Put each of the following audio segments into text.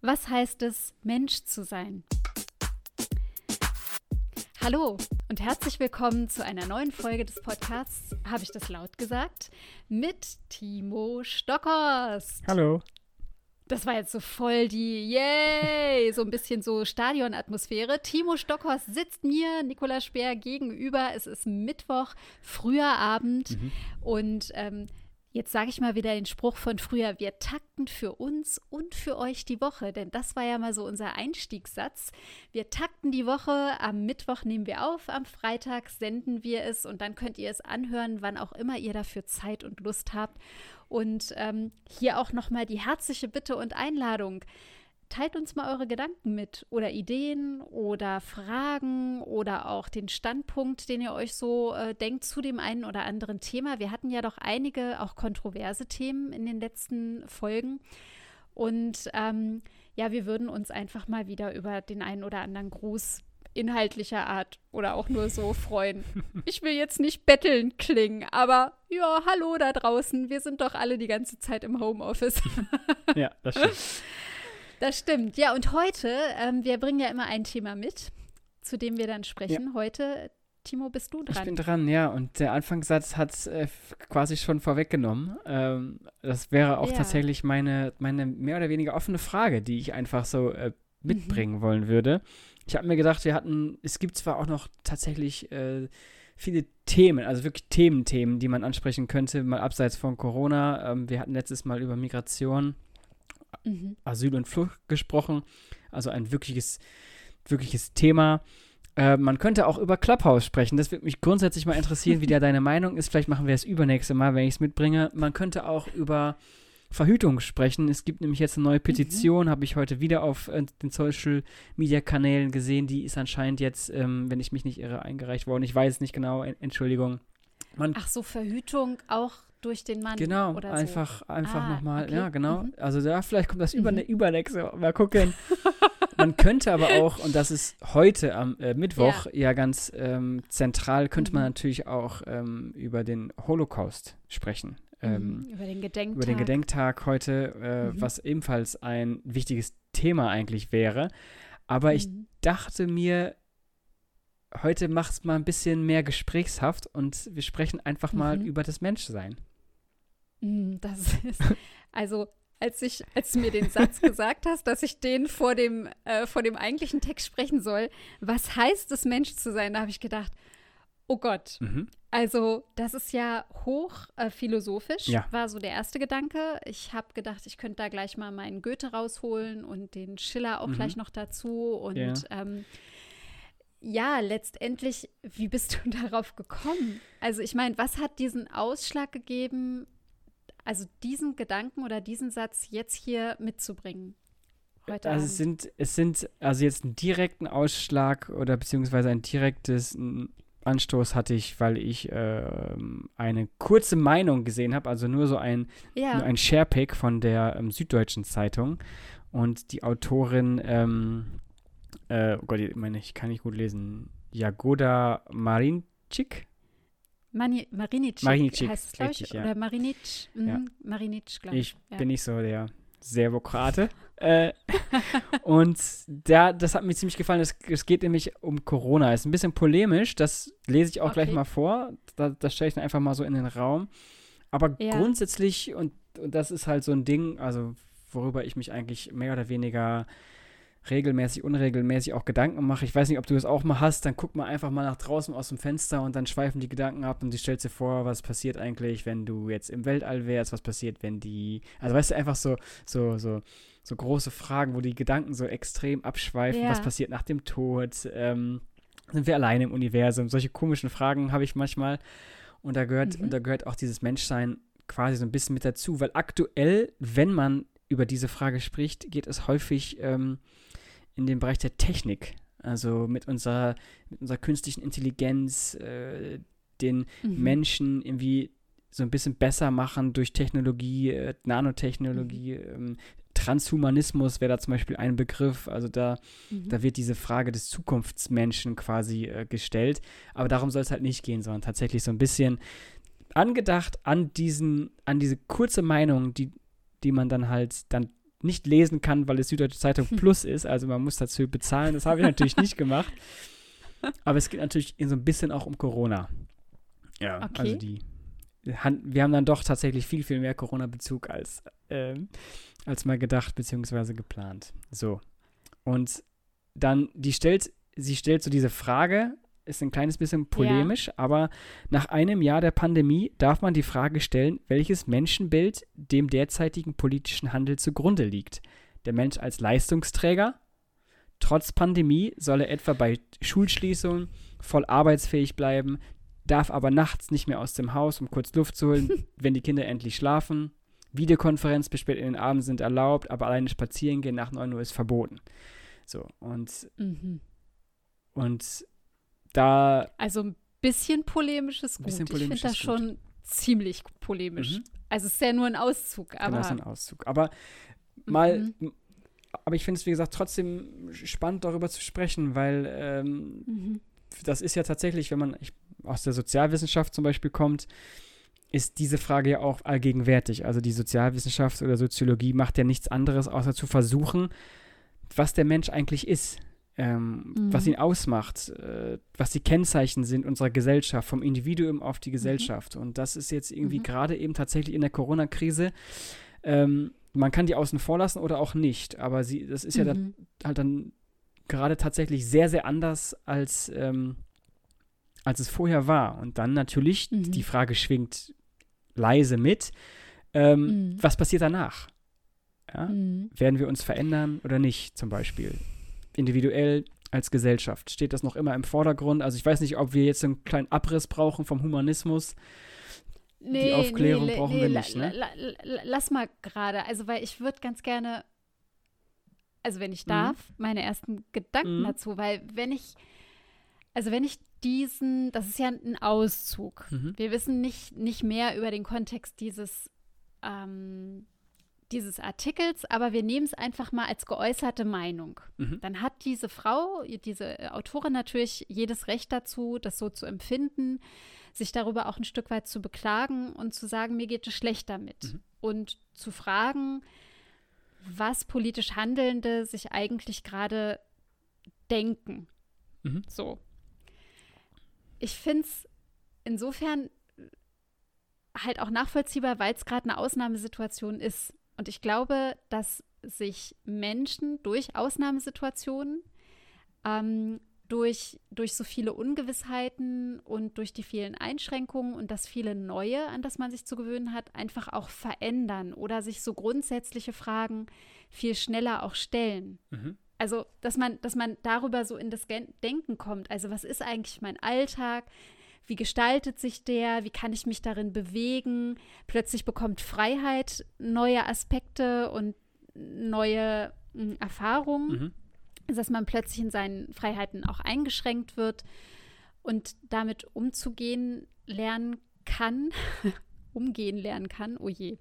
Was heißt es, Mensch zu sein? Hallo und herzlich willkommen zu einer neuen Folge des Podcasts, habe ich das laut gesagt, mit Timo Stockhorst. Hallo. Das war jetzt so voll die, yay, so ein bisschen so Stadionatmosphäre. Timo Stockhorst sitzt mir, Nicola Speer, gegenüber. Es ist Mittwoch, früher Abend und jetzt sage ich mal wieder den Spruch von früher, wir takten für uns und für euch die Woche, denn das war ja mal so unser Einstiegssatz. Wir takten die Woche, am Mittwoch nehmen wir auf, am Freitag senden wir es und dann könnt ihr es anhören, wann auch immer ihr dafür Zeit und Lust habt. Und hier auch nochmal die herzliche Bitte und Einladung. Teilt uns mal eure Gedanken mit oder Ideen oder Fragen oder auch den Standpunkt, den ihr euch so denkt zu dem einen oder anderen Thema. Wir hatten ja doch einige auch kontroverse Themen in den letzten Folgen und ja, wir würden uns einfach mal wieder über den einen oder anderen Gruß inhaltlicher Art oder auch nur so freuen. Ich will jetzt nicht betteln klingen, aber ja, hallo da draußen, wir sind doch alle die ganze Zeit im Homeoffice. Ja, das stimmt. Das stimmt. Ja, und heute, wir bringen ja immer ein Thema mit, zu dem wir dann sprechen. Ja. Heute, Timo, bist du dran? Ich bin dran, ja. Und der Anfangssatz hat quasi schon vorweggenommen. Das wäre auch tatsächlich meine mehr oder weniger offene Frage, die ich einfach so mitbringen wollen würde. Ich habe mir gedacht, es gibt zwar auch noch tatsächlich viele Themen, also wirklich Themen, die man ansprechen könnte, mal abseits von Corona. Wir hatten letztes Mal über Migration, Asyl und Flucht gesprochen, also ein wirkliches Thema. Man könnte auch über Clubhouse sprechen, das würde mich grundsätzlich mal interessieren, wie da deine Meinung ist. Vielleicht machen wir es übernächste Mal, wenn ich es mitbringe. Man könnte auch über Verhütung sprechen. Es gibt nämlich jetzt eine neue Petition, habe ich heute wieder auf den Social-Media-Kanälen gesehen. Die ist anscheinend jetzt, wenn ich mich nicht irre, eingereicht worden. Ich weiß es nicht genau, Entschuldigung. Ach so, Verhütung auch durch den Mann genau, oder einfach so. nochmal, okay. Ja, genau. Also da vielleicht kommt das übernächste, mal gucken. Man könnte aber auch, und das ist heute am Mittwoch ja ganz zentral, könnte man natürlich auch über den Holocaust sprechen. Über den Gedenktag. Über den Gedenktag heute, was ebenfalls ein wichtiges Thema eigentlich wäre. Aber ich dachte mir, heute macht es mal ein bisschen mehr gesprächshaft und wir sprechen einfach mal über das Menschsein. Das ist, also als du mir den Satz gesagt hast, dass ich den vor dem eigentlichen Text sprechen soll, was heißt es, Mensch zu sein, da habe ich gedacht, oh Gott, also das ist ja hoch philosophisch, war so der erste Gedanke. Ich habe gedacht, ich könnte da gleich mal meinen Goethe rausholen und den Schiller auch gleich noch dazu und ja, letztendlich, wie bist du darauf gekommen? Also ich meine, was hat diesen Ausschlag gegeben, also diesen Gedanken oder diesen Satz jetzt hier mitzubringen? Heute also es sind also jetzt einen direkten Ausschlag oder beziehungsweise ein direktes Anstoß hatte ich, weil ich eine kurze Meinung gesehen habe, also nur ein Sharepick von der Süddeutschen Zeitung und die Autorin oh Gott, ich kann nicht gut lesen. Jagoda Marinčić? Marinicic heißt es, glaube ich. Ja. Oder Marinic. Marinic, glaube ich. Ich bin nicht so der Servokrate. Und das hat mir ziemlich gefallen. Es geht nämlich um Corona. Ist ein bisschen polemisch. Das lese ich auch gleich mal vor. Das stelle ich dann einfach mal so in den Raum. Aber grundsätzlich, und das ist halt so ein Ding, also worüber ich mich eigentlich mehr oder weniger regelmäßig, unregelmäßig auch Gedanken mache. Ich weiß nicht, ob du das auch mal hast, dann guck mal einfach mal nach draußen aus dem Fenster und dann schweifen die Gedanken ab und du stellst dir vor, was passiert eigentlich, wenn du jetzt im Weltall wärst, was passiert, wenn also weißt du, einfach so große Fragen, wo die Gedanken so extrem abschweifen, was passiert nach dem Tod, sind wir alleine im Universum, solche komischen Fragen habe ich manchmal und da gehört auch dieses Menschsein quasi so ein bisschen mit dazu, weil aktuell, wenn man über diese Frage spricht, geht es häufig in den Bereich der Technik, also mit unserer künstlichen Intelligenz, den Menschen irgendwie so ein bisschen besser machen durch Technologie, Nanotechnologie, Transhumanismus wäre da zum Beispiel ein Begriff, also da wird diese Frage des Zukunftsmenschen quasi gestellt, aber darum soll es halt nicht gehen, sondern tatsächlich so ein bisschen angedacht an diese kurze Meinung, die man dann halt nicht lesen kann, weil es Süddeutsche Zeitung Plus ist. Also man muss dazu bezahlen. Das habe ich natürlich nicht gemacht. Aber es geht natürlich so ein bisschen auch um Corona. Ja, okay. Also wir haben dann doch tatsächlich viel, viel mehr Corona-Bezug als mal gedacht bzw. geplant. So. Und dann, sie stellt so diese Frage, ist ein kleines bisschen polemisch, aber nach einem Jahr der Pandemie darf man die Frage stellen, welches Menschenbild dem derzeitigen politischen Handel zugrunde liegt. Der Mensch als Leistungsträger? Trotz Pandemie soll er etwa bei Schulschließungen voll arbeitsfähig bleiben, darf aber nachts nicht mehr aus dem Haus, um kurz Luft zu holen, wenn die Kinder endlich schlafen. Videokonferenz bis spät in den Abend sind erlaubt, aber alleine spazieren gehen nach 9 Uhr ist verboten. So, und da... Also ein bisschen polemisch ist gut. Ich finde das schon ziemlich polemisch. Also es ist ja nur ein Auszug. Aber das ist ein Auszug. Aber aber ich finde es, wie gesagt, trotzdem spannend, darüber zu sprechen, weil das ist ja tatsächlich, wenn man aus der Sozialwissenschaft zum Beispiel kommt, ist diese Frage ja auch allgegenwärtig. Also die Sozialwissenschaft oder Soziologie macht ja nichts anderes, außer zu versuchen, was der Mensch eigentlich ist, was ihn ausmacht, was die Kennzeichen sind unserer Gesellschaft, vom Individuum auf die Gesellschaft. Und das ist jetzt irgendwie gerade eben tatsächlich in der Corona-Krise, man kann die außen vor lassen oder auch nicht, aber das ist ja dann gerade tatsächlich sehr, sehr anders als es vorher war. Und dann natürlich, die Frage schwingt leise mit, was passiert danach? Ja? Werden wir uns verändern oder nicht, zum Beispiel? Individuell als Gesellschaft. Steht das noch immer im Vordergrund? Also ich weiß nicht, ob wir jetzt einen kleinen Abriss brauchen vom Humanismus. Die Aufklärung brauchen wir nicht, ne? Lass mal gerade, also weil ich würde ganz gerne, also wenn ich darf, meine ersten Gedanken dazu, weil wenn ich das ist ja ein Auszug. Wir wissen nicht mehr über den Kontext dieses Artikels, aber wir nehmen es einfach mal als geäußerte Meinung. Dann hat diese Frau, diese Autorin natürlich jedes Recht dazu, das so zu empfinden, sich darüber auch ein Stück weit zu beklagen und zu sagen, mir geht es schlecht damit. Und zu fragen, was politisch Handelnde sich eigentlich gerade denken. So. Ich finde es insofern halt auch nachvollziehbar, weil es gerade eine Ausnahmesituation ist. Und ich glaube, dass sich Menschen durch Ausnahmesituationen, durch so viele Ungewissheiten und durch die vielen Einschränkungen und das viele Neue, an das man sich zu gewöhnen hat, einfach auch verändern oder sich so grundsätzliche Fragen viel schneller auch stellen. Also, dass man darüber so in das Denken kommt. Also, was ist eigentlich mein Alltag? Wie gestaltet sich der? Wie kann ich mich darin bewegen? Plötzlich bekommt Freiheit neue Aspekte und neue Erfahrungen. Also, dass man plötzlich in seinen Freiheiten auch eingeschränkt wird und damit umgehen lernen kann. Oh je.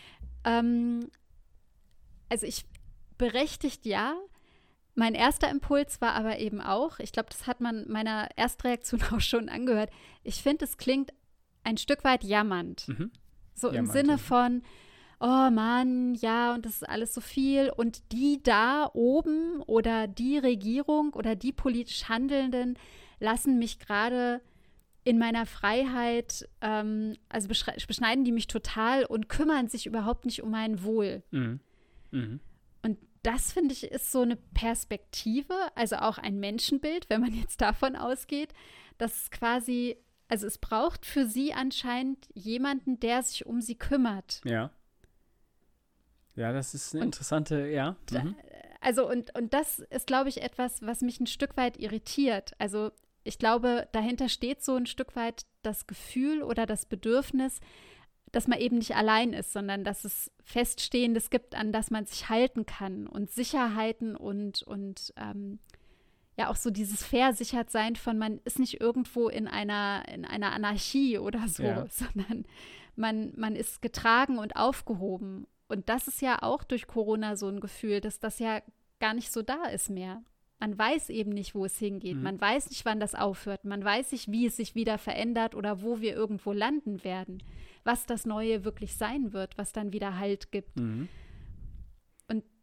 Also berechtigt ja. Mein erster Impuls war aber eben auch, ich glaube, das hat man meiner Erstreaktion auch schon angehört, ich finde, es klingt ein Stück weit jammernd. So im Sinne von, oh Mann, ja, und das ist alles so viel. Und die da oben oder die Regierung oder die politisch Handelnden lassen mich gerade in meiner Freiheit, also beschneiden die mich total und kümmern sich überhaupt nicht um mein Wohl. Und das, finde ich, ist so eine Perspektive, also auch ein Menschenbild, wenn man jetzt davon ausgeht, dass es quasi, also es braucht für sie anscheinend jemanden, der sich um sie kümmert. Ja. Ja, das ist eine interessante, ja. Also und das ist, glaube ich, etwas, was mich ein Stück weit irritiert. Also ich glaube, dahinter steht so ein Stück weit das Gefühl oder das Bedürfnis, dass man eben nicht allein ist, sondern dass es Feststehendes gibt, an das man sich halten kann und Sicherheiten und ja auch so dieses Versichertsein von, man ist nicht irgendwo in einer Anarchie oder so, sondern man ist getragen und aufgehoben. Und das ist ja auch durch Corona so ein Gefühl, dass das ja gar nicht so da ist mehr. Man weiß eben nicht, wo es hingeht. Man weiß nicht, wann das aufhört. Man weiß nicht, wie es sich wieder verändert oder wo wir irgendwo landen werden. Was das Neue wirklich sein wird, was dann wieder Halt gibt. Und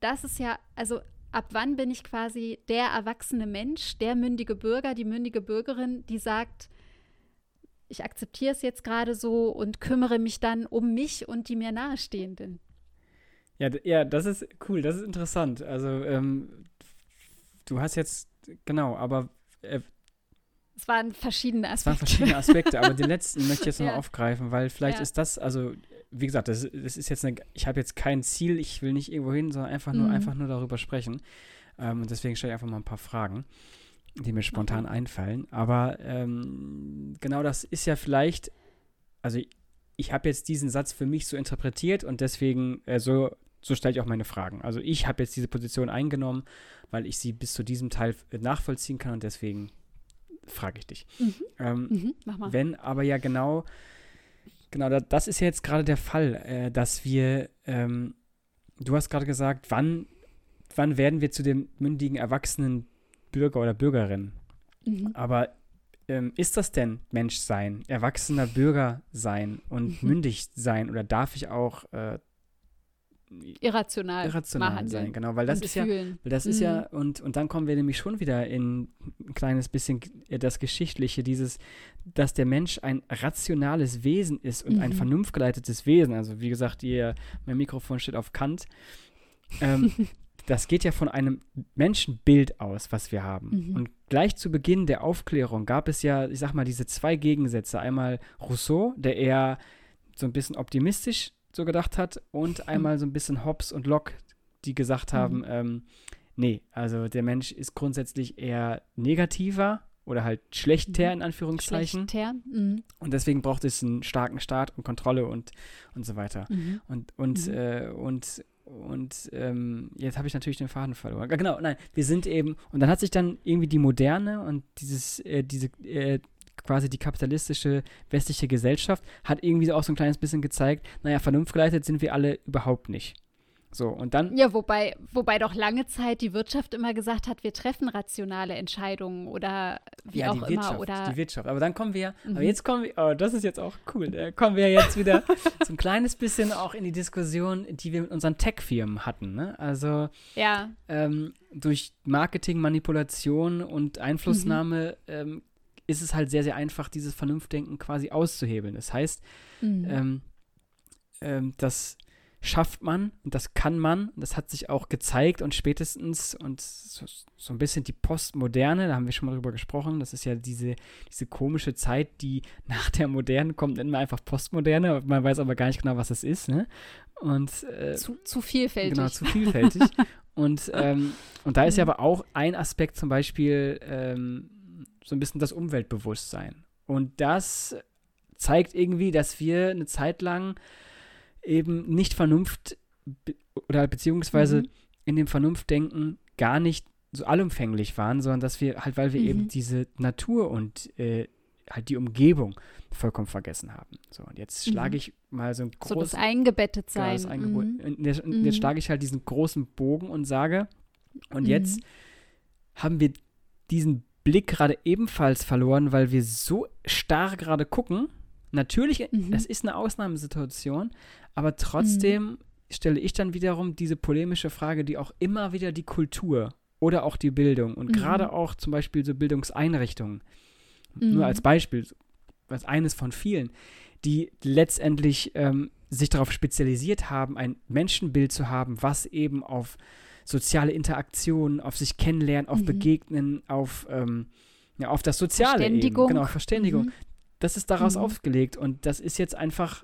das ist ja, also ab wann bin ich quasi der erwachsene Mensch, der mündige Bürger, die mündige Bürgerin, die sagt, ich akzeptiere es jetzt gerade so und kümmere mich dann um mich und die mir Nahestehenden. Ja, das ist cool, das ist interessant. Also, du hast jetzt, genau, aber es waren verschiedene Aspekte. Es waren verschiedene Aspekte, aber den letzten möchte ich jetzt noch Ja. aufgreifen, weil vielleicht ist das, also, wie gesagt, das ist jetzt ich habe jetzt kein Ziel, ich will nicht irgendwo hin, sondern einfach nur darüber sprechen. Und deswegen stelle ich einfach mal ein paar Fragen, die mir spontan einfallen. Aber genau das ist ja vielleicht, also ich habe jetzt diesen Satz für mich so interpretiert und deswegen so stelle ich auch meine Fragen. Also ich habe jetzt diese Position eingenommen, weil ich sie bis zu diesem Teil nachvollziehen kann und deswegen frage ich dich. Mach mal. Wenn aber ja genau, das ist ja jetzt gerade der Fall, dass wir, du hast gerade gesagt, wann werden wir zu dem mündigen, erwachsenen Bürger oder Bürgerin? Aber ist das denn Menschsein, erwachsener Bürger sein und mündig sein oder darf ich auch irrational sein, genau, weil das ist ja, und dann kommen wir nämlich schon wieder in ein kleines bisschen das Geschichtliche, dass der Mensch ein rationales Wesen ist und ein vernunftgeleitetes Wesen, also wie gesagt, mein Mikrofon steht auf Kant, das geht ja von einem Menschenbild aus, was wir haben. Und gleich zu Beginn der Aufklärung gab es ja, ich sag mal, diese zwei Gegensätze, einmal Rousseau, der eher so ein bisschen optimistisch so gedacht hat und einmal so ein bisschen Hobbes und Locke, die gesagt haben, nee, also der Mensch ist grundsätzlich eher negativer oder halt schlechter in Anführungszeichen. Und deswegen braucht es einen starken Staat und Kontrolle und so weiter. Und jetzt habe ich natürlich den Faden verloren. Genau, nein, wir sind eben, und dann hat sich dann irgendwie die Moderne und quasi die kapitalistische westliche Gesellschaft hat irgendwie auch so ein kleines bisschen gezeigt, naja, vernunftgeleitet sind wir alle überhaupt nicht. So, und dann. Ja, wobei doch lange Zeit die Wirtschaft immer gesagt hat, wir treffen rationale Entscheidungen oder wie auch immer. Oder die Wirtschaft. Aber dann kommen wir, das ist jetzt auch cool, da kommen wir jetzt wieder so ein kleines bisschen auch in die Diskussion, die wir mit unseren Tech-Firmen hatten, ne? Also durch Marketing, Manipulation und Einflussnahme ist es halt sehr, sehr einfach, dieses Vernunftdenken quasi auszuhebeln. Das heißt, das schafft man und das kann man. Und das hat sich auch gezeigt und spätestens und so ein bisschen die Postmoderne, da haben wir schon mal drüber gesprochen, das ist ja diese komische Zeit, die nach der Moderne kommt, nennen wir einfach Postmoderne, man weiß aber gar nicht genau, was das ist, ne? Und zu vielfältig. Genau, zu vielfältig. Und da ist ja aber auch ein Aspekt zum Beispiel so ein bisschen das Umweltbewusstsein. Und das zeigt irgendwie, dass wir eine Zeit lang eben nicht oder beziehungsweise in dem Vernunftdenken gar nicht so allumfänglich waren, sondern dass wir halt, weil wir eben diese Natur und halt die Umgebung vollkommen vergessen haben. So, und jetzt schlage ich mal so ein großes... So das Eingebettetsein. Jetzt schlage ich halt diesen großen Bogen und sage, und jetzt haben wir diesen Blick gerade ebenfalls verloren, weil wir so starr gerade gucken. Natürlich, das ist eine Ausnahmesituation, aber trotzdem stelle ich dann wiederum diese polemische Frage, die auch immer wieder die Kultur oder auch die Bildung und gerade auch zum Beispiel so Bildungseinrichtungen, nur als Beispiel, als eines von vielen, die letztendlich sich darauf spezialisiert haben, ein Menschenbild zu haben, was eben auf soziale Interaktion, auf sich kennenlernen, auf Begegnen, auf das Soziale Verständigung. Eben. Genau, Verständigung. Das ist daraus aufgelegt und das ist jetzt einfach,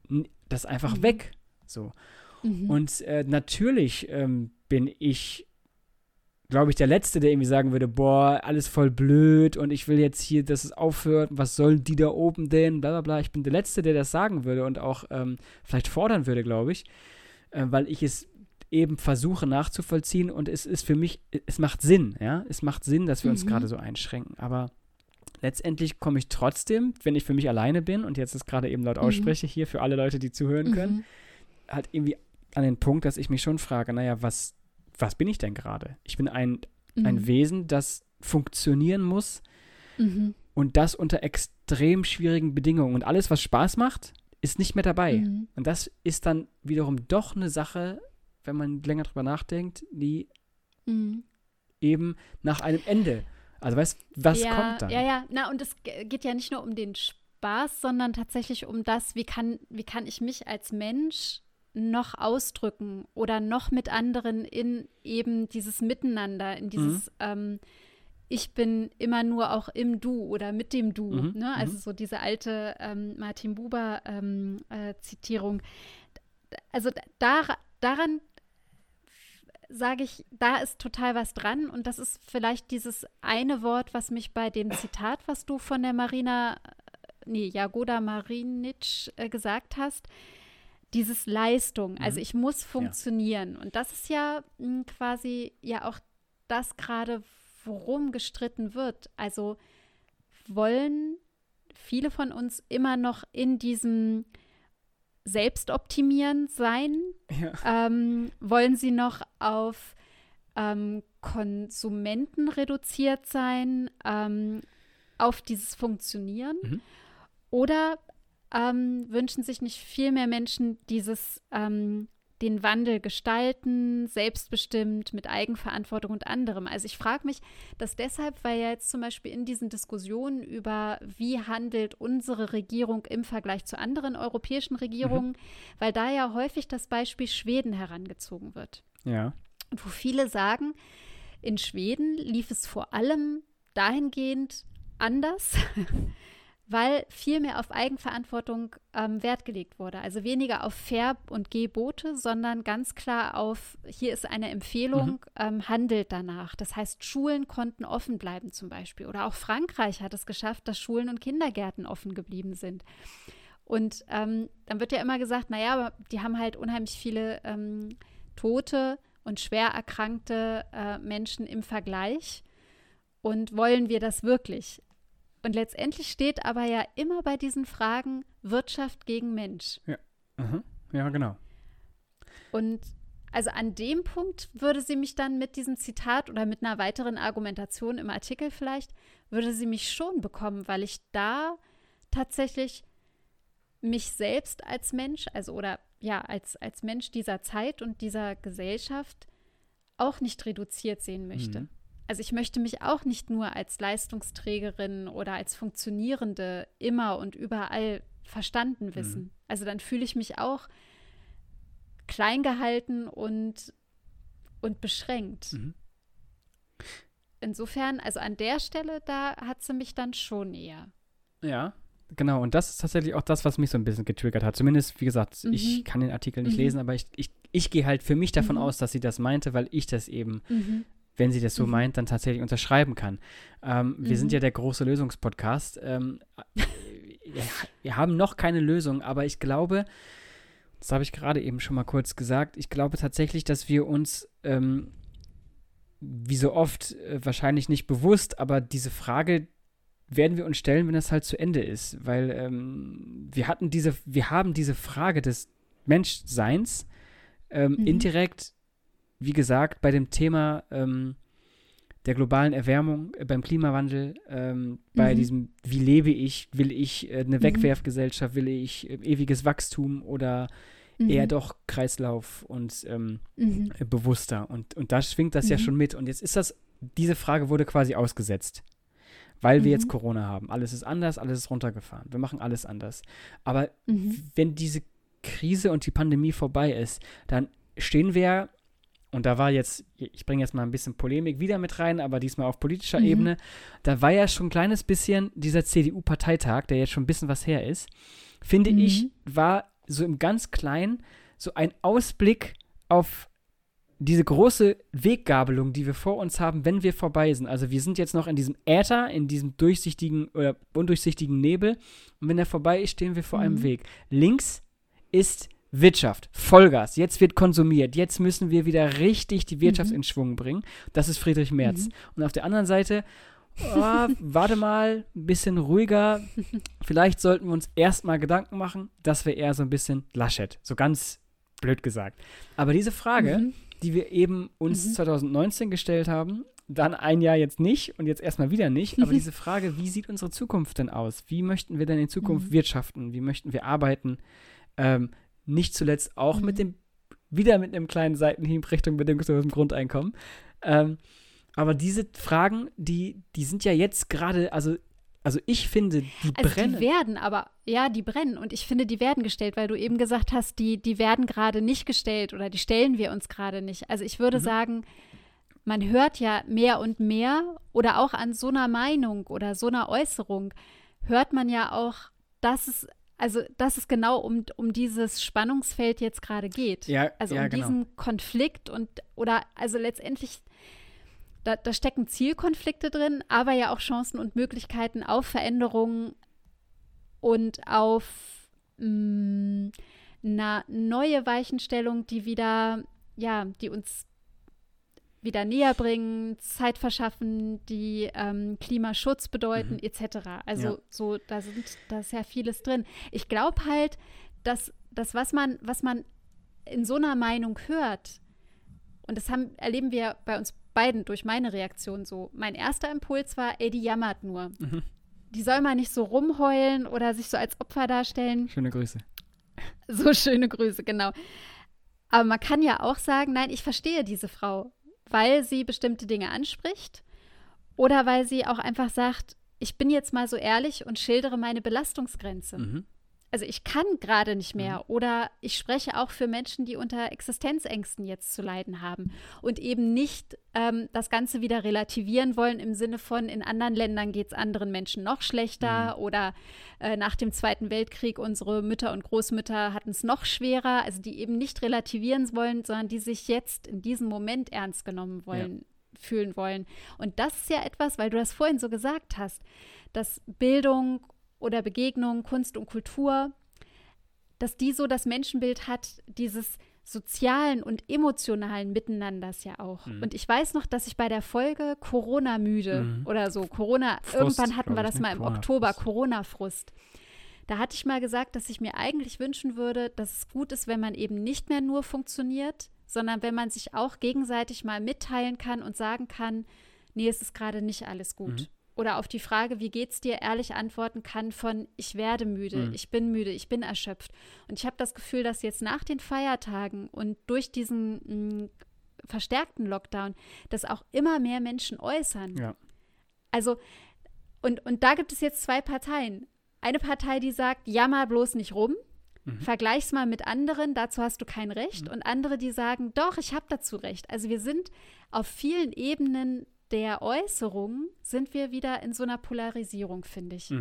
weg. So. Und natürlich bin ich, glaube ich, der Letzte, der irgendwie sagen würde, boah, alles voll blöd und ich will jetzt hier, dass es aufhört, was sollen die da oben denn, bla bla bla. Ich bin der Letzte, der das sagen würde und auch vielleicht fordern würde, glaube ich, weil ich es eben versuche nachzuvollziehen und es ist für mich, es macht Sinn, ja, es macht Sinn, dass wir uns gerade so einschränken, aber letztendlich komme ich trotzdem, wenn ich für mich alleine bin und jetzt das gerade eben laut ausspreche, hier für alle Leute, die zuhören können, halt irgendwie an den Punkt, dass ich mich schon frage, naja, was bin ich denn gerade? Ich bin ein Wesen, das funktionieren muss und das unter extrem schwierigen Bedingungen und alles, was Spaß macht, ist nicht mehr dabei. Und das ist dann wiederum doch eine Sache, wenn man länger drüber nachdenkt, die eben nach einem Ende. Also weißt du, was kommt dann? Ja. Na, und es geht ja nicht nur um den Spaß, sondern tatsächlich um das, wie kann ich mich als Mensch noch ausdrücken oder noch mit anderen in eben dieses Miteinander, in dieses ich bin immer nur auch im Du oder mit dem Du. Ne? Also so diese alte Martin Buber Zitierung. Also daran sage ich, da ist total was dran und das ist vielleicht dieses eine Wort, was mich bei dem Zitat, was du von der Jagoda Marinic gesagt hast, dieses Leistung, also ich muss funktionieren und das ist ja quasi ja auch das gerade, worum gestritten wird. Also wollen viele von uns immer noch in diesem Selbstoptimieren sein? Ja. Wollen sie noch auf Konsumenten reduziert sein, auf dieses Funktionieren? Oder wünschen sich nicht viel mehr Menschen dieses den Wandel gestalten, selbstbestimmt, mit Eigenverantwortung und anderem. Also ich frage mich das deshalb, weil ja jetzt zum Beispiel in diesen Diskussionen über, wie handelt unsere Regierung im Vergleich zu anderen europäischen Regierungen, weil da ja häufig das Beispiel Schweden herangezogen wird. Ja. Und wo viele sagen, in Schweden lief es vor allem dahingehend anders, weil viel mehr auf Eigenverantwortung Wert gelegt wurde. Also weniger auf Verb- und Gebote, sondern ganz klar auf, hier ist eine Empfehlung, handelt danach. Das heißt, Schulen konnten offen bleiben zum Beispiel. Oder auch Frankreich hat es geschafft, dass Schulen und Kindergärten offen geblieben sind. Und dann wird ja immer gesagt, naja, aber die haben halt unheimlich viele tote und schwer erkrankte Menschen im Vergleich. Und wollen wir das wirklich? Und letztendlich steht aber ja immer bei diesen Fragen Wirtschaft gegen Mensch. Ja, ja, genau. Und also an dem Punkt würde sie mich dann mit diesem Zitat oder mit einer weiteren Argumentation im Artikel vielleicht, würde sie mich schon bekommen, weil ich da tatsächlich mich selbst als Mensch, also oder ja, als Mensch dieser Zeit und dieser Gesellschaft auch nicht reduziert sehen möchte. Also ich möchte mich auch nicht nur als Leistungsträgerin oder als Funktionierende immer und überall verstanden wissen. Also dann fühle ich mich auch klein gehalten und beschränkt. Insofern, also an der Stelle, da hat sie mich dann schon eher. Ja, genau. Und das ist tatsächlich auch das, was mich so ein bisschen getriggert hat. Zumindest, wie gesagt, ich kann den Artikel nicht lesen, aber ich gehe halt für mich davon aus, dass sie das meinte, weil ich das eben wenn sie das so meint, dann tatsächlich unterschreiben kann. Wir sind ja der große Lösungspodcast. Wir haben noch keine Lösung, aber ich glaube, das habe ich gerade eben schon mal kurz gesagt, ich glaube tatsächlich, dass wir uns, wie so oft, wahrscheinlich nicht bewusst, aber diese Frage werden wir uns stellen, wenn das halt zu Ende ist. Weil wir haben diese Frage des Menschseins indirekt, wie gesagt, bei dem Thema der globalen Erwärmung, beim Klimawandel, bei diesem, wie lebe ich, will ich eine Wegwerfgesellschaft, will ich ewiges Wachstum oder eher doch Kreislauf und bewusster. Und da schwingt das ja schon mit. Und jetzt ist diese Frage wurde quasi ausgesetzt, weil wir jetzt Corona haben. Alles ist anders, alles ist runtergefahren. Wir machen alles anders. Aber wenn diese Krise und die Pandemie vorbei ist, dann stehen wir, und da war jetzt, ich bringe jetzt mal ein bisschen Polemik wieder mit rein, aber diesmal auf politischer Ebene, da war ja schon ein kleines bisschen dieser CDU-Parteitag, der jetzt schon ein bisschen was her ist, finde ich, war so im ganz Kleinen so ein Ausblick auf diese große Weggabelung, die wir vor uns haben, wenn wir vorbei sind. Also wir sind jetzt noch in diesem Äther, in diesem durchsichtigen oder undurchsichtigen Nebel, und wenn der vorbei ist, stehen wir vor einem Weg. Links ist Wirtschaft, Vollgas, jetzt wird konsumiert, jetzt müssen wir wieder richtig die Wirtschaft in Schwung bringen. Das ist Friedrich Merz. Und auf der anderen Seite, warte mal, ein bisschen ruhiger, vielleicht sollten wir uns erstmal Gedanken machen, das wäre eher so ein bisschen Laschet, so ganz blöd gesagt. Aber diese Frage, die wir eben uns 2019 gestellt haben, dann ein Jahr jetzt nicht und jetzt erstmal wieder nicht, aber diese Frage, wie sieht unsere Zukunft denn aus? Wie möchten wir denn in Zukunft wirtschaften? Wie möchten wir arbeiten? Nicht zuletzt auch mit dem Wieder mit einem kleinen Seitenhieb Richtung bedingungslosem Grundeinkommen. Aber diese Fragen, die sind ja jetzt gerade, also ich finde, die brennen. Die werden aber, ja, die brennen. Und ich finde, die werden gestellt, weil du eben gesagt hast, die werden gerade nicht gestellt oder die stellen wir uns gerade nicht. Also ich würde sagen, man hört ja mehr und mehr oder auch an so einer Meinung oder so einer Äußerung hört man ja auch, dass es genau um dieses Spannungsfeld jetzt gerade geht. Ja, also ja, um diesen Konflikt also letztendlich da stecken Zielkonflikte drin, aber ja auch Chancen und Möglichkeiten auf Veränderungen und auf eine neue Weichenstellung, die uns wieder näher bringen, Zeit verschaffen, die Klimaschutz bedeuten, etc. Also da ist ja vieles drin. Ich glaube halt, dass das, was man in so einer Meinung hört, und das erleben wir bei uns beiden durch meine Reaktion so. Mein erster Impuls war, die jammert nur. Die soll mal nicht so rumheulen oder sich so als Opfer darstellen. Schöne Grüße. So schöne Grüße, genau. Aber man kann ja auch sagen, nein, ich verstehe diese Frau, weil sie bestimmte Dinge anspricht oder weil sie auch einfach sagt, ich bin jetzt mal so ehrlich und schildere meine Belastungsgrenze. Also ich kann gerade nicht mehr oder ich spreche auch für Menschen, die unter Existenzängsten jetzt zu leiden haben und eben nicht das Ganze wieder relativieren wollen im Sinne von, in anderen Ländern geht es anderen Menschen noch schlechter oder nach dem Zweiten Weltkrieg unsere Mütter und Großmütter hatten es noch schwerer, also die eben nicht relativieren wollen, sondern die sich jetzt in diesem Moment ernst genommen fühlen wollen. Und das ist ja etwas, weil du das vorhin so gesagt hast, dass Bildung oder Begegnung, Kunst und Kultur, dass die so das Menschenbild hat, dieses sozialen und emotionalen Miteinanders ja auch. Und ich weiß noch, dass ich bei der Folge Corona-müde oder so, irgendwann hatten wir das mal im Oktober, Corona-Frust. Da hatte ich mal gesagt, dass ich mir eigentlich wünschen würde, dass es gut ist, wenn man eben nicht mehr nur funktioniert, sondern wenn man sich auch gegenseitig mal mitteilen kann und sagen kann, nee, es ist gerade nicht alles gut. Oder auf die Frage, wie geht's dir, ehrlich antworten kann von, ich werde müde, ich bin erschöpft. Und ich habe das Gefühl, dass jetzt nach den Feiertagen und durch diesen verstärkten Lockdown, das auch immer mehr Menschen äußern. Ja. Also, und da gibt es jetzt zwei Parteien. Eine Partei, die sagt, jammer bloß nicht rum, vergleich's mal mit anderen, dazu hast du kein Recht. Und andere, die sagen, doch, ich habe dazu Recht. Also wir sind auf vielen Ebenen der Äußerungen sind wir wieder in so einer Polarisierung, finde ich.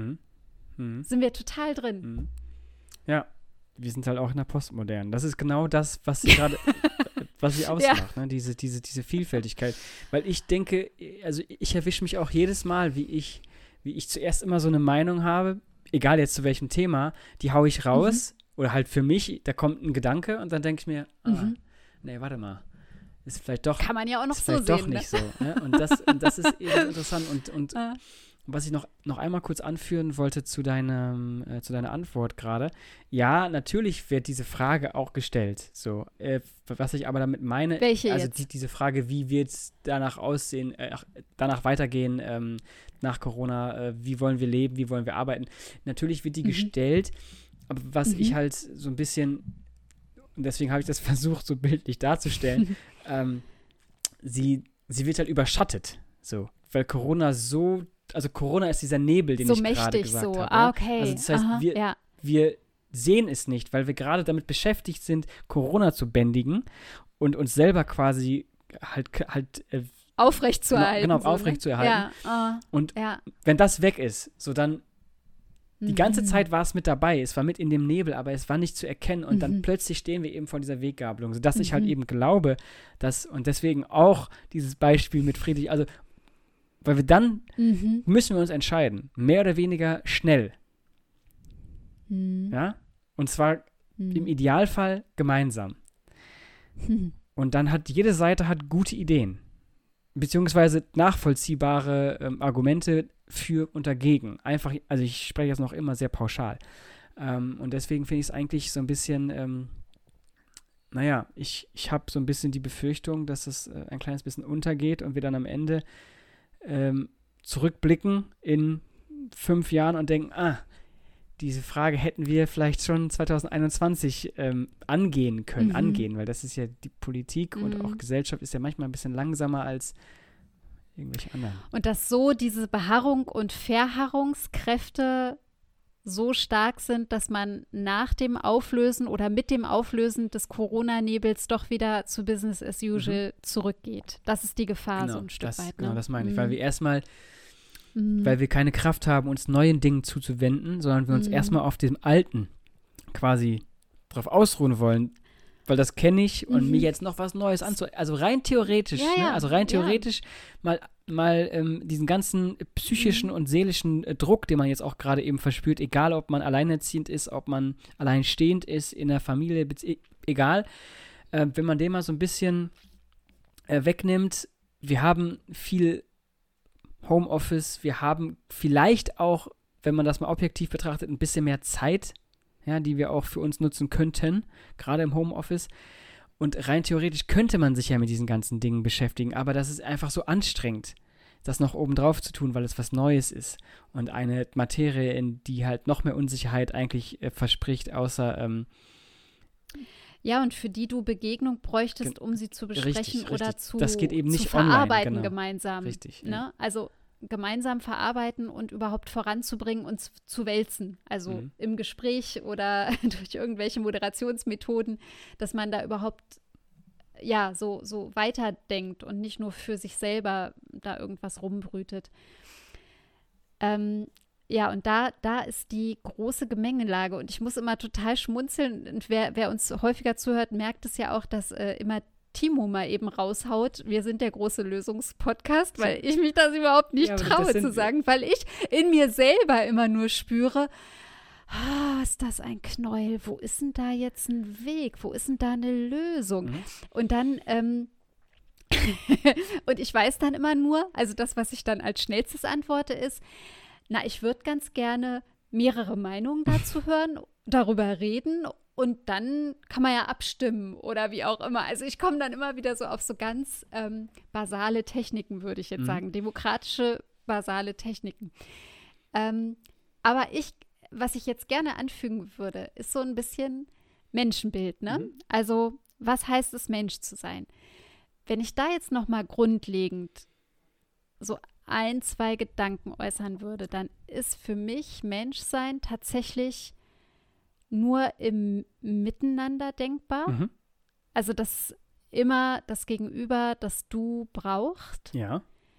Sind wir total drin. Ja, wir sind halt auch in der Postmodernen. Das ist genau das, was sie gerade, was sie ausmacht, ne? Diese Vielfältigkeit. Weil ich denke, also ich erwische mich auch jedes Mal, wie ich zuerst immer so eine Meinung habe, egal jetzt zu welchem Thema, die haue ich raus oder halt für mich, da kommt ein Gedanke und dann denke ich mir, nee, warte mal. Ist vielleicht doch. Kann man ja auch noch so sehen. Doch nicht so. Ne? Und das ist eben interessant. Und was ich noch einmal kurz anführen wollte zu deiner Antwort gerade. Ja, natürlich wird diese Frage auch gestellt. So, was ich aber damit meine, welche also jetzt? Diese Frage, wie wird es danach aussehen, danach weitergehen nach Corona, wie wollen wir leben, wie wollen wir arbeiten. Natürlich wird die gestellt, aber was ich halt so ein bisschen, und deswegen habe ich das versucht, so bildlich darzustellen, sie wird halt überschattet, so, weil Corona Corona ist dieser Nebel, den so ich gerade mächtig gesagt so. habe. Ah, okay. Also das heißt, wir sehen es nicht, weil wir gerade damit beschäftigt sind, Corona zu bändigen und uns selber quasi halt aufrechtzuerhalten. Genau, aufrechtzuerhalten. Ja. Und wenn das weg ist, so dann die ganze Zeit war es mit dabei, es war mit in dem Nebel, aber es war nicht zu erkennen und dann plötzlich stehen wir eben vor dieser Weggabelung, sodass ich halt eben glaube, dass, und deswegen auch dieses Beispiel mit Friedrich, also, weil wir dann müssen wir uns entscheiden, mehr oder weniger schnell. Ja? Und zwar im Idealfall gemeinsam. Und dann hat jede Seite gute Ideen, beziehungsweise nachvollziehbare Argumente für und dagegen. Einfach, also ich spreche jetzt noch immer sehr pauschal. Und deswegen finde ich es eigentlich so ein bisschen, ich habe so ein bisschen die Befürchtung, dass es ein kleines bisschen untergeht und wir dann am Ende zurückblicken in 5 Jahren und denken, diese Frage hätten wir vielleicht schon 2021 angehen, weil das ist ja die Politik und auch Gesellschaft ist ja manchmal ein bisschen langsamer als irgendwelche anderen. Und dass so diese Beharrung und Verharrungskräfte so stark sind, dass man nach dem Auflösen oder mit dem Auflösen des Corona-Nebels doch wieder zu Business as usual zurückgeht. Das ist die Gefahr so ein Stück weit. Ne? Genau, das meine ich, weil wir erstmal, weil wir keine Kraft haben, uns neuen Dingen zuzuwenden, sondern wir uns erstmal auf dem Alten quasi drauf ausruhen wollen, weil das kenne ich und mir jetzt noch was Neues also rein theoretisch, mal diesen ganzen psychischen und seelischen Druck, den man jetzt auch gerade eben verspürt, egal ob man alleinerziehend ist, ob man alleinstehend ist, in der Familie, egal, wenn man den mal so ein bisschen wegnimmt, wir haben viel Homeoffice, wir haben vielleicht auch, wenn man das mal objektiv betrachtet, ein bisschen mehr Zeit, ja, die wir auch für uns nutzen könnten, gerade im Homeoffice. Und rein theoretisch könnte man sich ja mit diesen ganzen Dingen beschäftigen, aber das ist einfach so anstrengend, das noch obendrauf zu tun, weil es was Neues ist und eine Materie, in die halt noch mehr Unsicherheit eigentlich verspricht, außer ja, und für die du Begegnung bräuchtest, um sie zu besprechen oder zu das geht eben nicht verarbeiten online, genau. gemeinsam. Richtig. Ne? Ja. Also gemeinsam verarbeiten und überhaupt voranzubringen und zu wälzen. Also im Gespräch oder durch irgendwelche Moderationsmethoden, dass man da überhaupt so weiterdenkt und nicht nur für sich selber da irgendwas rumbrütet. Und da ist die große Gemengelage und ich muss immer total schmunzeln und wer uns häufiger zuhört, merkt es ja auch, dass immer Timo mal eben raushaut, wir sind der große Lösungspodcast, weil ich mich das überhaupt nicht traue zu sagen, weil ich in mir selber immer nur spüre, ist das ein Knäuel, wo ist denn da jetzt ein Weg, wo ist denn da eine Lösung? Und dann, und ich weiß dann immer nur, also das, was ich dann als schnellstes antworte ist, ich würde ganz gerne mehrere Meinungen dazu hören, darüber reden und dann kann man ja abstimmen oder wie auch immer. Also ich komme dann immer wieder so auf so ganz basale Techniken, würde ich jetzt sagen. Demokratische, basale Techniken. Aber was ich jetzt gerne anfügen würde, ist so ein bisschen Menschenbild, ne? Also was heißt es, Mensch zu sein? Wenn ich da jetzt noch mal grundlegend so 2 Gedanken äußern würde, dann ist für mich Menschsein tatsächlich nur im Miteinander denkbar. Also, dass immer das Gegenüber, das Du braucht. Ja.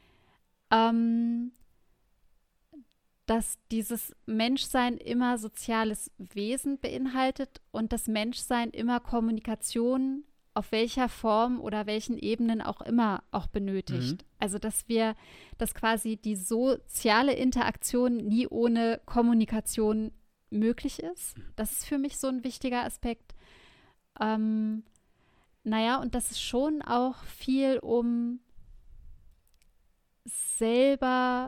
Dass dieses Menschsein immer soziales Wesen beinhaltet und das Menschsein immer Kommunikation auf welcher Form oder welchen Ebenen auch immer auch benötigt. Also, dass quasi die soziale Interaktion nie ohne Kommunikation möglich ist. Das ist für mich so ein wichtiger Aspekt. Und dass es schon auch viel um selber,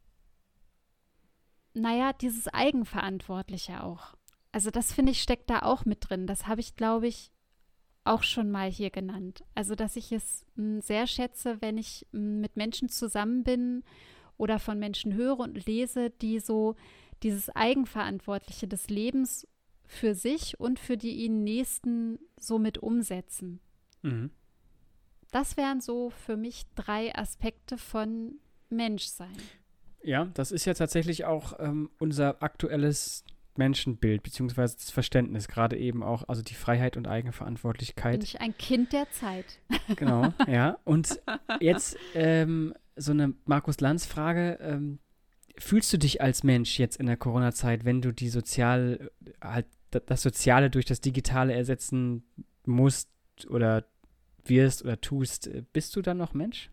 dieses Eigenverantwortliche auch. Also das, finde ich, steckt da auch mit drin. Das habe ich, glaube ich, auch schon mal hier genannt. Also, dass ich es sehr schätze, wenn ich mit Menschen zusammen bin oder von Menschen höre und lese, die so dieses Eigenverantwortliche des Lebens für sich und für die ihnen Nächsten so mit umsetzen. Das wären so für mich 3 Aspekte von Menschsein. Ja, das ist ja tatsächlich auch unser aktuelles Menschenbild, beziehungsweise das Verständnis, gerade eben auch, also die Freiheit und Eigenverantwortlichkeit. Bin ich ein Kind der Zeit. Genau, ja. Und jetzt so eine Markus-Lanz-Frage. Fühlst du dich als Mensch jetzt in der Corona-Zeit, wenn du die das Soziale durch das Digitale ersetzen musst oder wirst oder tust, bist du dann noch Mensch?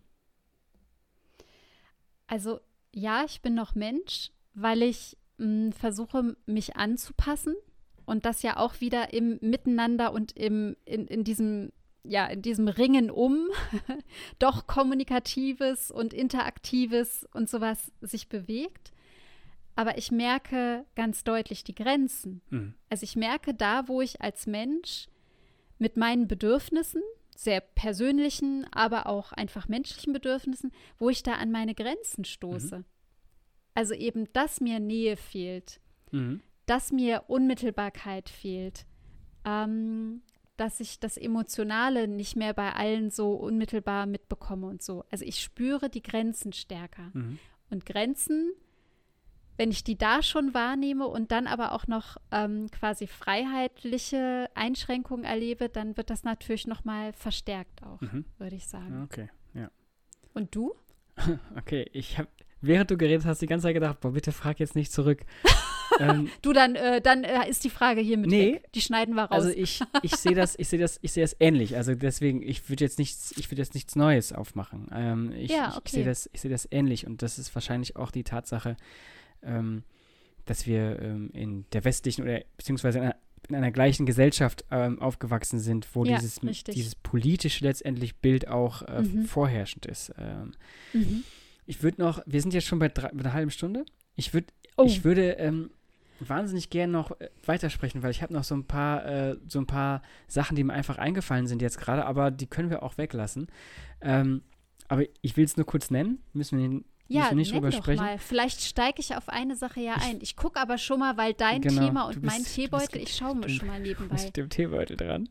Also ja, ich bin noch Mensch, weil ich versuche, mich anzupassen und das ja auch wieder im Miteinander und in diesem Ringen doch Kommunikatives und Interaktives und sowas sich bewegt. Aber ich merke ganz deutlich die Grenzen. Also ich merke da, wo ich als Mensch mit meinen Bedürfnissen, sehr persönlichen, aber auch einfach menschlichen Bedürfnissen, wo ich da an meine Grenzen stoße. Also eben, dass mir Nähe fehlt, dass mir Unmittelbarkeit fehlt, dass ich das Emotionale nicht mehr bei allen so unmittelbar mitbekomme und so. Also ich spüre die Grenzen stärker. Mhm. Und Grenzen, wenn ich die da schon wahrnehme und dann aber auch noch quasi freiheitliche Einschränkungen erlebe, dann wird das natürlich nochmal verstärkt auch, würde ich sagen. Okay, ja. Und du? Okay, während du geredet hast, die ganze Zeit gedacht, boah, bitte frag jetzt nicht zurück. Du, dann ist die Frage hier mit weg. Die schneiden wir raus. Also ich sehe das ähnlich. Also deswegen, ich würde jetzt nichts Neues aufmachen. Ich sehe das ähnlich und das ist wahrscheinlich auch die Tatsache, dass wir in der westlichen oder beziehungsweise in einer gleichen Gesellschaft aufgewachsen sind, wo dieses politische letztendlich Bild auch vorherrschend ist. Ich würde noch, wir sind jetzt schon bei einer halben Stunde. Ich würde wahnsinnig gerne noch weitersprechen, weil ich habe noch so ein paar Sachen, die mir einfach eingefallen sind jetzt gerade, aber die können wir auch weglassen. Aber ich will es nur kurz nennen. Müssen wir nicht drüber sprechen. Mal. Vielleicht steige ich auf eine Sache ein. Ich gucke aber schon mal, weil dein Thema und mein Teebeutel, ich schaue mir schon mal nebenbei. Du bist mit dem Teebeutel dran.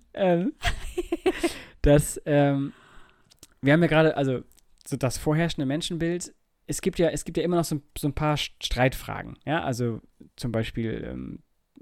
Wir haben ja gerade, also so das vorherrschende Menschenbild. Es gibt ja immer noch so ein paar Streitfragen. Ja, also zum Beispiel,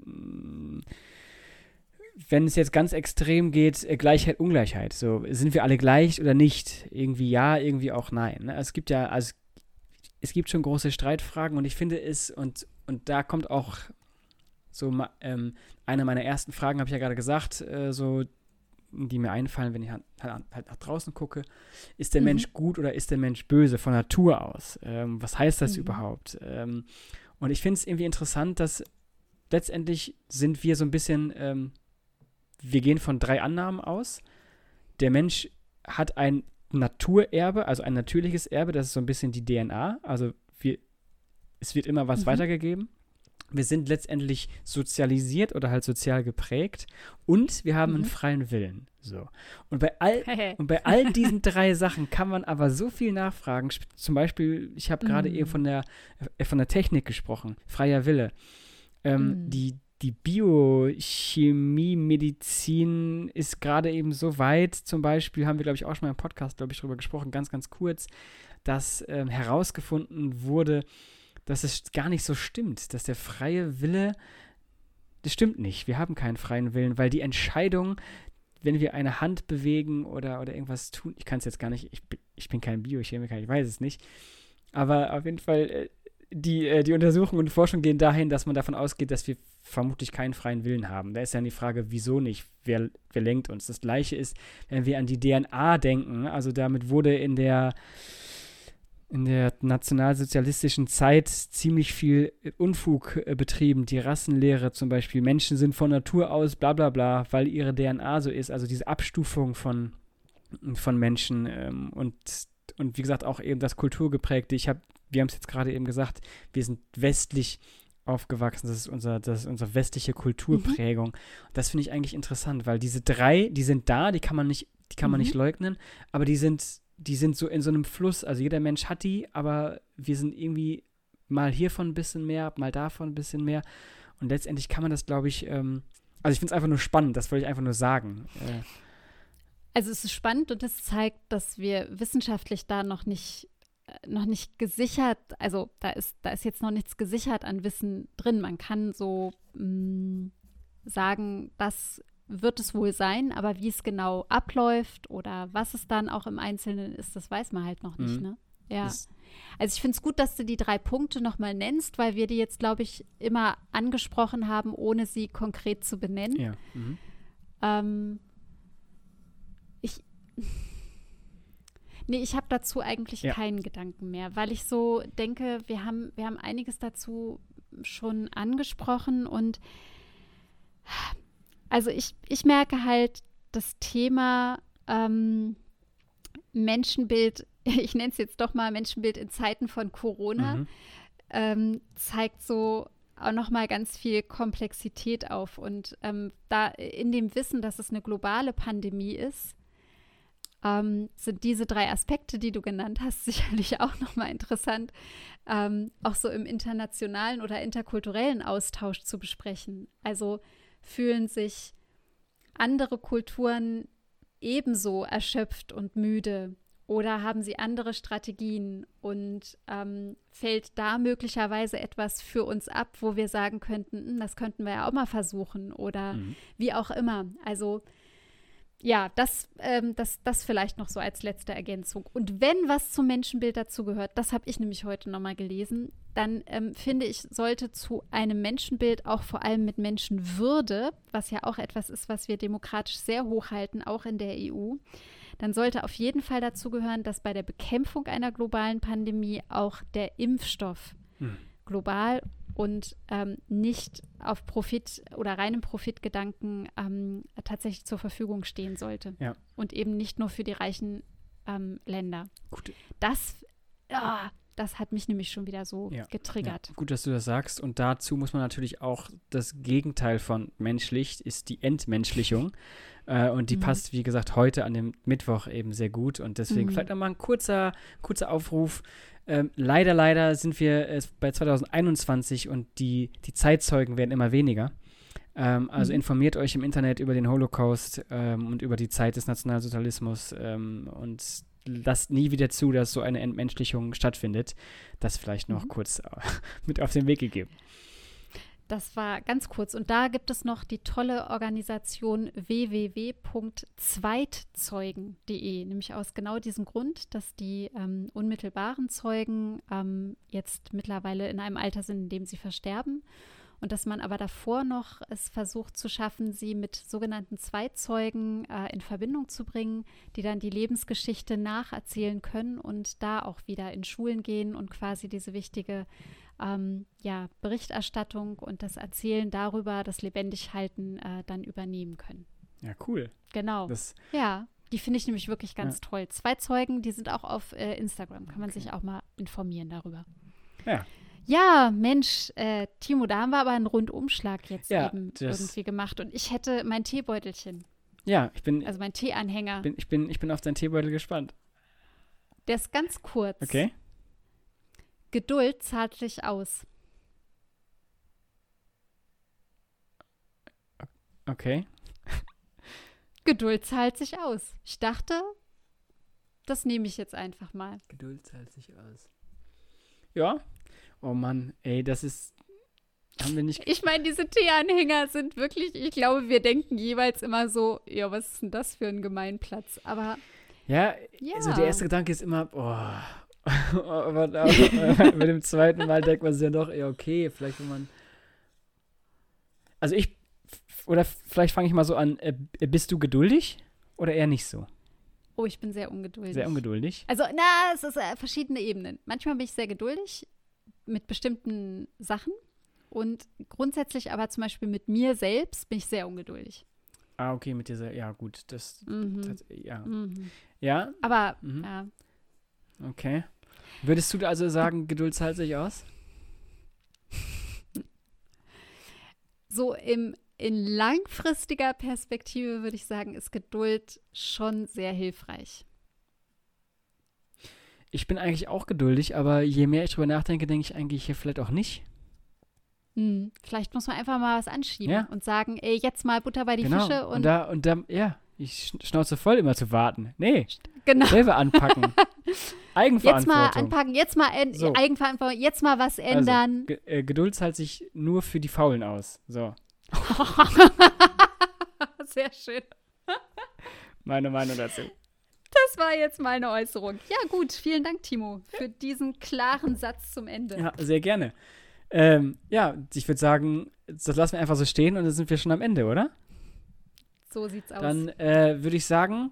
wenn es jetzt ganz extrem geht, Gleichheit, Ungleichheit. So, sind wir alle gleich oder nicht? Irgendwie ja, irgendwie auch nein. Ne? Es gibt schon große Streitfragen und ich finde es, und da kommt auch so eine meiner ersten Fragen, habe ich ja gerade gesagt, so die mir einfallen, wenn ich halt nach draußen gucke. Ist der Mensch gut oder ist der Mensch böse von Natur aus? Was heißt das überhaupt? Und ich finde es irgendwie interessant, dass letztendlich sind wir so ein bisschen, wir gehen von 3 Annahmen aus. Der Mensch hat ein Naturerbe, also ein natürliches Erbe, das ist so ein bisschen die DNA. Also es wird immer was weitergegeben. Wir sind letztendlich sozialisiert oder halt sozial geprägt und wir haben einen freien Willen. So. Und bei all diesen 3 Sachen kann man aber so viel nachfragen. Zum Beispiel, ich habe gerade eben von der Technik gesprochen, freier Wille. Die Biochemie, Medizin ist gerade eben so weit, zum Beispiel haben wir, glaube ich, auch schon mal im Podcast, glaube ich, drüber gesprochen, ganz, ganz kurz, dass herausgefunden wurde, dass es gar nicht so stimmt, dass der freie Wille, das stimmt nicht. Wir haben keinen freien Willen, weil die Entscheidung, wenn wir eine Hand bewegen oder irgendwas tun, ich kann es jetzt gar nicht, ich bin kein Biochemiker, ich weiß es nicht, aber auf jeden Fall, die Untersuchungen und Forschung gehen dahin, dass man davon ausgeht, dass wir vermutlich keinen freien Willen haben. Da ist dann die Frage, wieso nicht? Wer lenkt uns? Das Gleiche ist, wenn wir an die DNA denken, also damit wurde in der nationalsozialistischen Zeit ziemlich viel Unfug betrieben. Die Rassenlehre zum Beispiel. Menschen sind von Natur aus bla bla bla, weil ihre DNA so ist. Also diese Abstufung von Menschen und wie gesagt auch eben das Kulturgeprägte. Wir haben es jetzt gerade eben gesagt, wir sind westlich aufgewachsen. Das ist unsere westliche Kulturprägung. Das finde ich eigentlich interessant, weil diese 3, die sind da, die kann man nicht leugnen, aber die sind so in so einem Fluss, also jeder Mensch hat die, aber wir sind irgendwie mal hiervon ein bisschen mehr, mal davon ein bisschen mehr und letztendlich kann man das, glaube ich, also ich finde es einfach nur spannend, das wollte ich einfach nur sagen. Also es ist spannend und es zeigt, dass wir wissenschaftlich da noch nicht gesichert, also da ist jetzt noch nichts gesichert an Wissen drin. Man kann so sagen, das wird es wohl sein, aber wie es genau abläuft oder was es dann auch im Einzelnen ist, das weiß man halt noch nicht, ne? Ja. Also ich finde es gut, dass du die 3 Punkte nochmal nennst, weil wir die jetzt, glaube ich, immer angesprochen haben, ohne sie konkret zu benennen. Ja. Ich habe dazu eigentlich keinen Gedanken mehr, weil ich so denke, wir haben einiges dazu schon angesprochen und also ich merke halt, das Thema Menschenbild, ich nenne es jetzt doch mal Menschenbild in Zeiten von Corona, zeigt so auch nochmal ganz viel Komplexität auf. Und da in dem Wissen, dass es eine globale Pandemie ist, sind diese 3 Aspekte, die du genannt hast, sicherlich auch nochmal interessant, auch so im internationalen oder interkulturellen Austausch zu besprechen. Also fühlen sich andere Kulturen ebenso erschöpft und müde oder haben sie andere Strategien und fällt da möglicherweise etwas für uns ab, wo wir sagen könnten, das könnten wir ja auch mal versuchen oder wie auch immer. Also ja, das vielleicht noch so als letzte Ergänzung. Und wenn was zum Menschenbild dazugehört, das habe ich nämlich heute nochmal gelesen, dann finde ich, sollte zu einem Menschenbild auch vor allem mit Menschenwürde, was ja auch etwas ist, was wir demokratisch sehr hochhalten, auch in der EU, dann sollte auf jeden Fall dazu gehören, dass bei der Bekämpfung einer globalen Pandemie auch der Impfstoff global und nicht auf Profit oder reinem Profitgedanken tatsächlich zur Verfügung stehen sollte. Ja. Und eben nicht nur für die reichen Länder. Gut. Das hat mich nämlich schon wieder so getriggert. Ja. Gut, dass du das sagst. Und dazu muss man natürlich auch, das Gegenteil von menschlich ist die Entmenschlichung. Und die passt, wie gesagt, heute an dem Mittwoch eben sehr gut. Und deswegen vielleicht nochmal ein kurzer Aufruf. Leider sind wir bei 2021 und die Zeitzeugen werden immer weniger. Also informiert euch im Internet über den Holocaust und über die Zeit des Nationalsozialismus und lasst nie wieder zu, dass so eine Entmenschlichung stattfindet. Das vielleicht noch kurz mit auf den Weg gegeben. Das war ganz kurz. Und da gibt es noch die tolle Organisation www.zweitzeugen.de, nämlich aus genau diesem Grund, dass die unmittelbaren Zeugen jetzt mittlerweile in einem Alter sind, in dem sie versterben. Und dass man aber davor noch es versucht zu schaffen, sie mit sogenannten Zweitzeugen in Verbindung zu bringen, die dann die Lebensgeschichte nacherzählen können und da auch wieder in Schulen gehen und quasi diese wichtige Berichterstattung und das Erzählen darüber, das Lebendighalten dann übernehmen können. Ja, cool. Genau. Die finde ich nämlich wirklich ganz toll. Zweitzeugen, die sind auch auf Instagram. Kann man sich auch mal informieren darüber. Ja. Ja, Mensch, Timo, da haben wir aber einen Rundumschlag jetzt eben irgendwie gemacht. Und ich hätte mein Teebeutelchen. Ja, also mein Teeanhänger. Ich bin auf deinen Teebeutel gespannt. Der ist ganz kurz. Okay. Geduld zahlt sich aus. Okay. Geduld zahlt sich aus. Ich dachte, das nehme ich jetzt einfach mal. Geduld zahlt sich aus. Ja. Oh Mann, ey, das ist. Haben wir nicht. Ich meine, diese Teeanhänger sind wirklich, ich glaube, wir denken jeweils immer so, ja, was ist denn das für ein Gemeinplatz? Aber. Ja, also der erste Gedanke ist immer, aber mit dem zweiten Mal denkt man sich ja doch, ja, okay, vielleicht wenn man. Also oder vielleicht fange ich mal so an, bist du geduldig oder eher nicht so? Oh, ich bin sehr ungeduldig. Sehr ungeduldig? Also, es ist verschiedene Ebenen. Manchmal bin ich sehr geduldig mit bestimmten Sachen und grundsätzlich aber zum Beispiel mit mir selbst bin ich sehr ungeduldig. Ah, okay, mit dieser, ja gut, das, ja. Ja? Aber, ja. Okay. Würdest du also sagen, Geduld zahlt sich aus? So in langfristiger Perspektive würde ich sagen, ist Geduld schon sehr hilfreich. Ich bin eigentlich auch geduldig, aber je mehr ich drüber nachdenke, denke ich eigentlich hier vielleicht auch nicht. Vielleicht muss man einfach mal was anschieben und sagen, ey, jetzt mal Butter bei die Fische. Und da, ich schnauze voll immer zu warten. Nee, selber anpacken. Eigenverantwortung. Jetzt mal anpacken, jetzt mal Eigenverantwortung, jetzt mal was ändern. Also, Geduld zahlt sich nur für die Faulen aus. So. Sehr schön. Meine Meinung dazu. Das war jetzt meine Äußerung. Ja, gut. Vielen Dank, Timo, für diesen klaren Satz zum Ende. Ja, sehr gerne. Ich würde sagen, das lassen wir einfach so stehen und dann sind wir schon am Ende, oder? So sieht's aus. Dann würde ich sagen,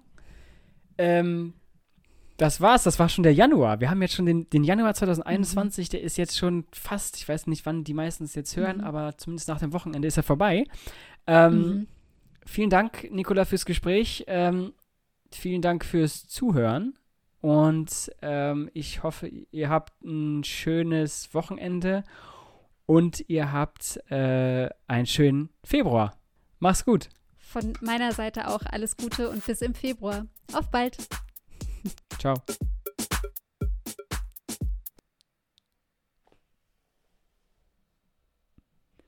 das war's. Das war schon der Januar. Wir haben jetzt schon den Januar 2021. Der ist jetzt schon fast, ich weiß nicht, wann die meisten es jetzt hören, aber zumindest nach dem Wochenende ist er vorbei. Vielen Dank, Nicola, fürs Gespräch. Vielen Dank fürs Zuhören und ich hoffe, ihr habt ein schönes Wochenende und ihr habt einen schönen Februar. Mach's gut. von meiner Seite auch alles Gute und bis im Februar. Auf bald. Ciao.